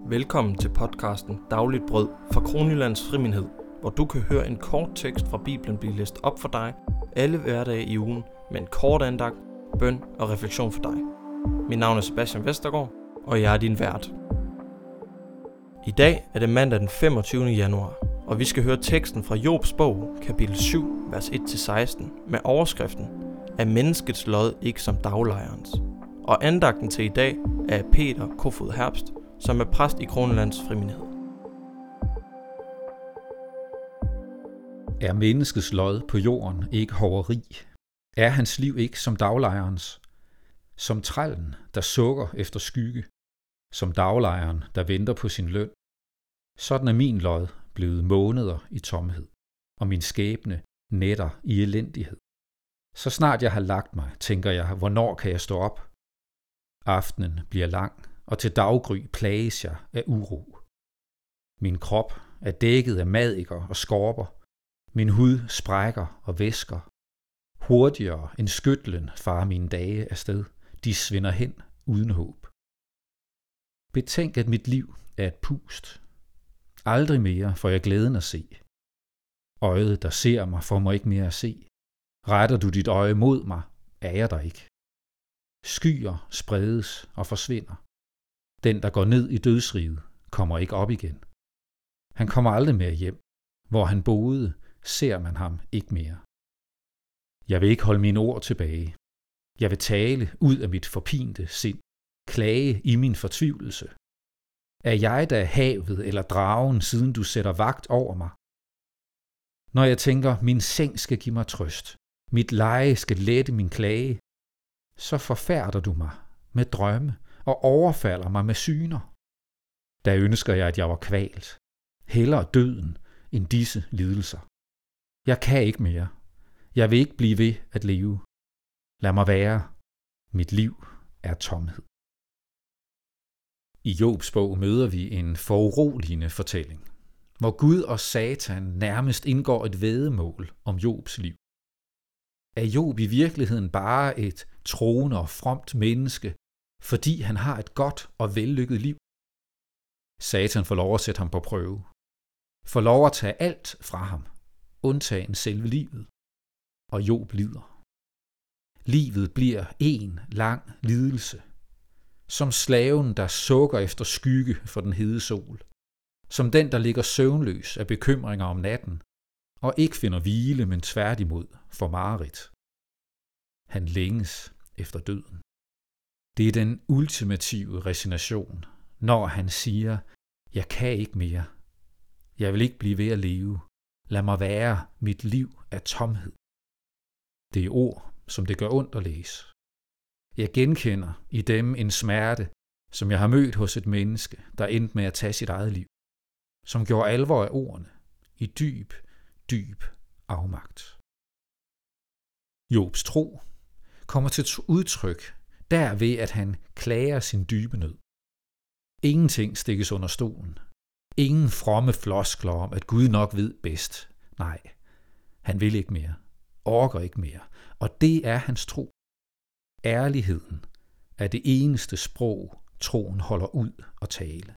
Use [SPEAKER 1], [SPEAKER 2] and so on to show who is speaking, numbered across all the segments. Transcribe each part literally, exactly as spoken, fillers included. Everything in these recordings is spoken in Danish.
[SPEAKER 1] Velkommen til podcasten Dagligt Brød fra Kronjyllands Frimenighed, hvor du kan høre en kort tekst fra Bibelen blive læst op for dig alle hverdage i ugen med en kort andagt, bøn og refleksion for dig. Mit navn er Sebastian Vestergaard, og jeg er din vært. I dag er det mandag den femogtyvende januar, og vi skal høre teksten fra Jobs bog, kapitel syv, vers et til seksten, med overskriften "Er menneskets lod ikke som daglejrens?" Og andagten til i dag er af Peter Kofod Herbst, som er præst i Kronjyllands Frimenighed.
[SPEAKER 2] Er menneskets lod på jorden ikke hoveri? Er hans liv ikke som daglejrens? Som trællen, der sukker efter skygge? Som daglejren, der venter på sin løn? Sådan er min lod blevet måneder i tomhed, og min skæbne nætter i elendighed. Så snart jeg har lagt mig, tænker jeg, hvornår kan jeg stå op? Aftenen bliver lang, og til daggry plages jeg af uro. Min krop er dækket af madikker og skorper. Min hud sprækker og væsker. Hurtigere end skytlen farer mine dage afsted. De svinder hen uden håb. Betænk, at mit liv er et pust. Aldrig mere får jeg glæden at se. Øjet, der ser mig, får mig ikke mere at se. Retter du dit øje mod mig, er jeg der ikke. Skyer spredes og forsvinder. Den, der går ned i dødsriget, kommer ikke op igen. Han kommer aldrig mere hjem. Hvor han boede, ser man ham ikke mere. Jeg vil ikke holde mine ord tilbage. Jeg vil tale ud af mit forpinte sind, klage i min fortvivlelse. Er jeg da havet eller dragen, siden du sætter vagt over mig? Når jeg tænker, min seng skal give mig trøst, mit leje skal lette min klage, så forfærder du mig med drømme og overfalder mig med syner. Der ønsker jeg, at jeg var kvalt. Hellere døden end disse lidelser. Jeg kan ikke mere. Jeg vil ikke blive ved at leve. Lad mig være. Mit liv er tomhed. I Jobs bog møder vi en foruroligende fortælling, hvor Gud og Satan nærmest indgår et væddemål om Jobs liv. Er Job i virkeligheden bare et troende og fromt menneske, fordi han har et godt og vellykket liv? Satan får lov at sætte ham på prøve. Får lov at tage alt fra ham, undtagen selve livet. Og Job lider. Livet bliver en lang lidelse. Som slaven, der sukker efter skygge for den hede sol. Som den, der ligger søvnløs af bekymringer om natten, og ikke finder hvile, men tværtimod for mareridt. Han længes efter døden. Det er den ultimative resignation, når han siger, jeg kan ikke mere. Jeg vil ikke blive ved at leve. Lad mig være. Mit liv er tomhed. Det er ord, som det gør ondt at læse. Jeg genkender i dem en smerte, som jeg har mødt hos et menneske, der endte med at tage sit eget liv. Som gjorde alvor af ordene i dyb, dyb afmagt. Jobs tro kommer til udtryk derved, at han klager sin dybe nød. Ingenting stikkes under stolen. Ingen fromme floskler om, at Gud nok ved bedst. Nej, han vil ikke mere, orker ikke mere, og det er hans tro. Ærligheden er det eneste sprog, troen holder ud at tale.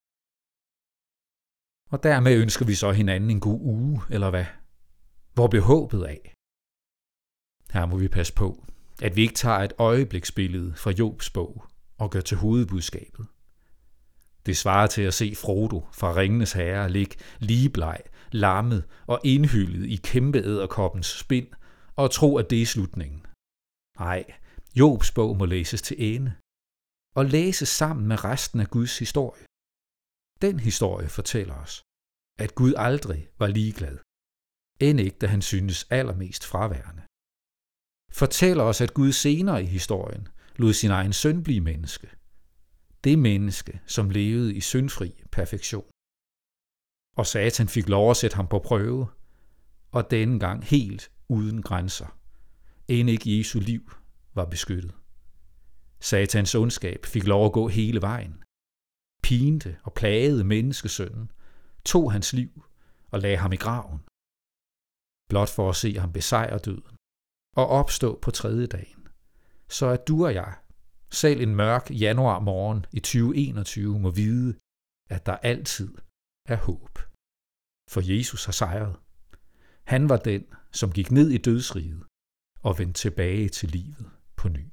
[SPEAKER 2] Og dermed ønsker vi så hinanden en god uge, eller hvad? Hvor blev håbet af? Her må vi passe på, at vi ikke tager et øjebliksbillede fra Jobs bog og gør til hovedbudskabet. Det svarer til at se Frodo fra Ringenes Herre ligge ligebleg, lammet og indhyllet i kæmpe edderkoppens spind og tro, at det er slutningen. Nej, Jobs bog må læses til ende og læses sammen med resten af Guds historie. Den historie fortæller os, at Gud aldrig var ligeglad, end ikke da han synes allermest fraværende. Fortæller os, at Gud senere i historien lod sin egen søn blive menneske. Det menneske, som levede i syndfri perfektion. Og Satan fik lov at sætte ham på prøve, og denne gang helt uden grænser, end ikke Jesu liv var beskyttet. Satans ondskab fik lov at gå hele vejen. Pinte og plagede menneskesønnen, tog hans liv og lagde ham i graven. Blot for at se ham besejre døden og opstå på tredje dagen, så at du og jeg, selv en mørk januar morgen i tyve enogtyve, må vide, at der altid er håb. For Jesus har sejret. Han var den, som gik ned i dødsriget og vendte tilbage til livet på ny.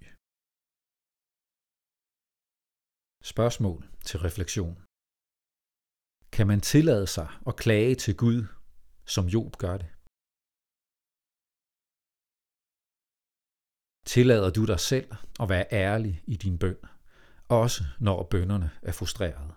[SPEAKER 2] Spørgsmål til refleksion. Kan man tillade sig at klage til Gud, som Job gør det? Tillader du dig selv at være ærlig i din bøn, også når bønnerne er frustrerede?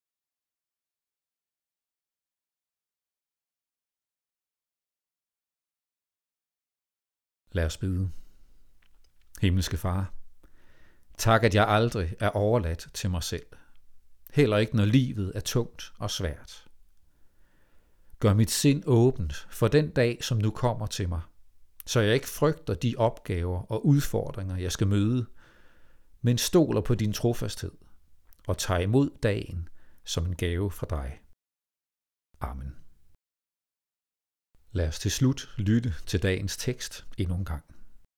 [SPEAKER 2] Lad os bede. Himmelske Far, tak at jeg aldrig er overladt til mig selv. Heller ikke når livet er tungt og svært. Gør mit sind åbent for den dag, som nu kommer til mig, så jeg ikke frygter de opgaver og udfordringer, jeg skal møde, men stoler på din trofasthed og tager imod dagen som en gave fra dig. Amen. Lad os til slut lytte til dagens tekst endnu en gang.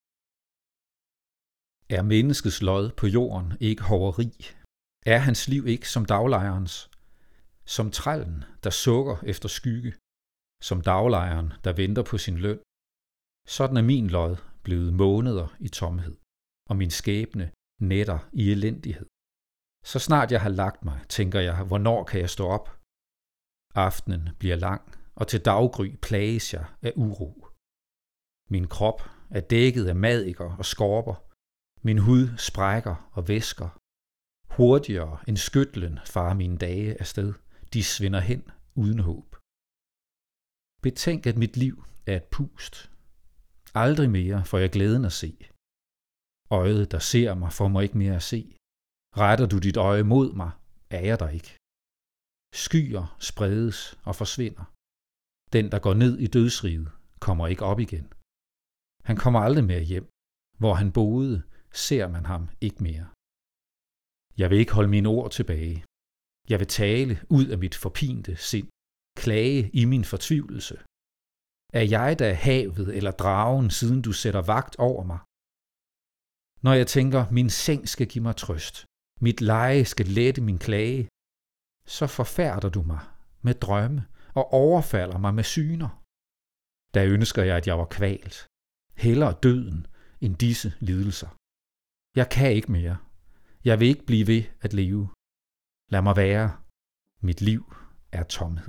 [SPEAKER 2] Er menneskets lod på jorden ikke hoveri? Er hans liv ikke som daglejrens? Som trællen, der sukker efter skygge? Som daglejren, der venter på sin løn? Sådan er min lod blevet måneder i tomhed, og min skæbne nætter i elendighed. Så snart jeg har lagt mig, tænker jeg, hvornår kan jeg stå op? Aftenen bliver lang, og til daggry plages jeg af uro. Min krop er dækket af madikker og skorper. Min hud sprækker og væsker. Hurtigere end skytlen farer mine dage afsted. De svinder hen uden håb. Betænk, at mit liv er et pust. Aldrig mere får jeg glæden at se. Øjet, der ser mig, får mig ikke mere at se. Retter du dit øje mod mig, er jeg der ikke. Skyer spredes og forsvinder. Den, der går ned i dødsriget, kommer ikke op igen. Han kommer aldrig mere hjem. Hvor han boede, ser man ham ikke mere. Jeg vil ikke holde mine ord tilbage. Jeg vil tale ud af mit forpinte sind, klage i min fortvivlelse. Er jeg da havet eller dragen, siden du sætter vagt over mig? Når jeg tænker, min seng skal give mig trøst, mit leje skal lette min klage, så forfærder du mig med drømme og overfalder mig med syner. Da ønsker jeg, at jeg var kvalt. Hellere døden end disse lidelser. Jeg kan ikke mere. Jeg vil ikke blive ved at leve. Lad mig være. Mit liv er tomhed.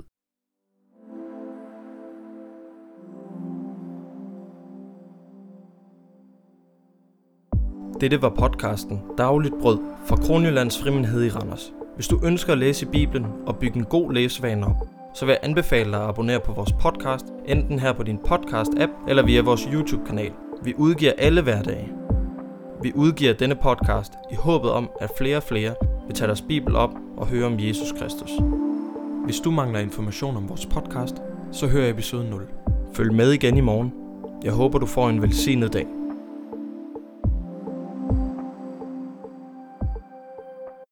[SPEAKER 1] Dette var podcasten Dagligt Brød fra Kronjyllands Frimenighed i Randers. Hvis du ønsker at læse i Bibelen og bygge en god læsevane op, så vil jeg anbefale dig at abonnere på vores podcast, enten her på din podcast-app eller via vores YouTube-kanal. Vi udgiver alle hverdage. Vi udgiver denne podcast i håbet om, at flere og flere vil tage deres Bibel op og høre om Jesus Kristus. Hvis du mangler information om vores podcast, så hør episode nul. Følg med igen i morgen. Jeg håber, du får en velsignet dag.